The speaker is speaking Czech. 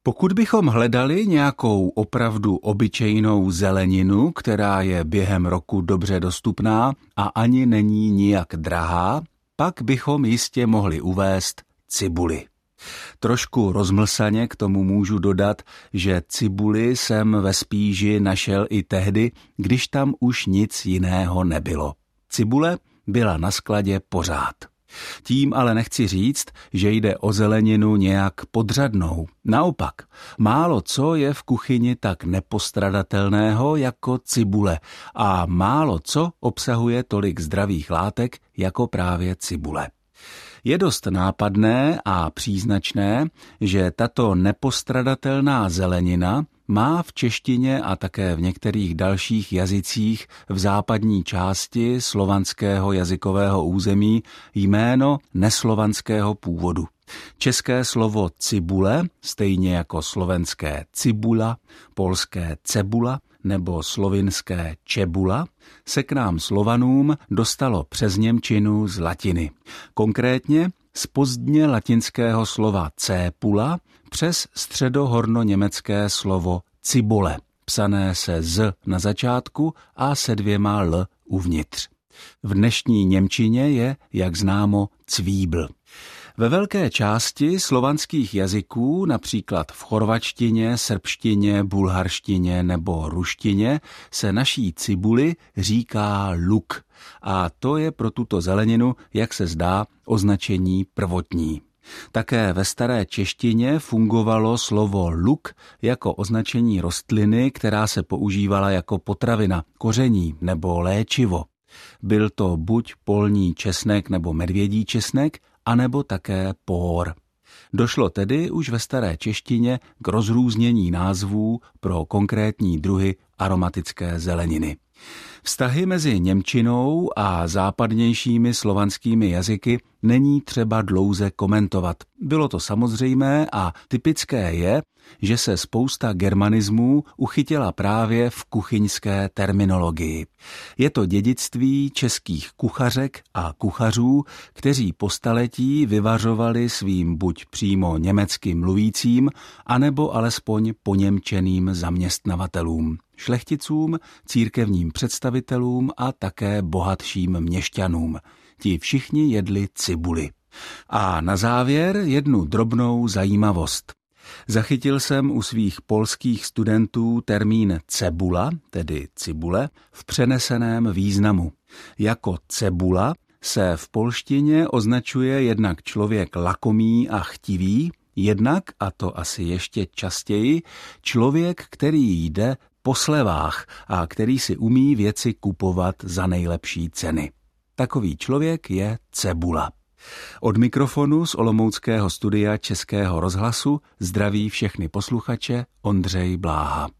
Pokud bychom hledali nějakou opravdu obyčejnou zeleninu, která je během roku dobře dostupná a ani není nijak drahá, pak bychom jistě mohli uvést cibuli. Trošku rozmlsaně k tomu můžu dodat, že cibuli jsem ve Spíži našel i tehdy, když tam už nic jiného nebylo. Cibule byla na skladě pořád. Tím ale nechci říct, že jde o zeleninu nějak podřadnou. Naopak, málo co je v kuchyni tak nepostradatelného jako cibule a málo co obsahuje tolik zdravých látek jako právě cibule. Je dost nápadné a příznačné, že tato nepostradatelná zelenina má v češtině a také v některých dalších jazycích v západní části slovanského jazykového území jméno neslovanského původu. České slovo cibule, stejně jako slovenské cibula, polské cebula nebo slovinské čebula, se k nám Slovanům dostalo přes němčinu z latiny. Konkrétně z pozdně latinského slova cépula přes středohornoněmecké slovo cibole, psané se z na začátku a se 2 l uvnitř. V dnešní němčině je, jak známo, cvíbl. Ve velké části slovanských jazyků, například v chorvačtině, srbštině, bulharštině nebo ruštině, se naší cibuli říká luk. A to je pro tuto zeleninu, jak se zdá, označení prvotní. Také ve staré češtině fungovalo slovo luk jako označení rostliny, která se používala jako potravina, koření nebo léčivo. Byl to buď polní česnek nebo medvědí česnek, anebo také pór. Došlo tedy už ve staré češtině k rozrůznění názvů pro konkrétní druhy aromatické zeleniny. Vztahy mezi němčinou a západnějšími slovanskými jazyky není třeba dlouze komentovat. Bylo to samozřejmé a typické je, že se spousta germanismů uchytila právě v kuchyňské terminologii. Je to dědictví českých kuchařek a kuchařů, kteří po staletí vyvařovali svým buď přímo německy mluvícím, anebo alespoň poněmčeným zaměstnavatelům, šlechticům, církevním představitelům a také bohatším měšťanům. Ti všichni jedli cibuli. A na závěr jednu drobnou zajímavost. Zachytil jsem u svých polských studentů termín cebula, tedy cibule, v přeneseném významu. Jako cebula se v polštině označuje jednak člověk lakomý a chtivý, jednak, a to asi ještě častěji, člověk, který jde po slevách a který si umí věci kupovat za nejlepší ceny. Takový člověk je cebula. Od mikrofonu z olomouckého studia Českého rozhlasu zdraví všechny posluchače Ondřej Bláha.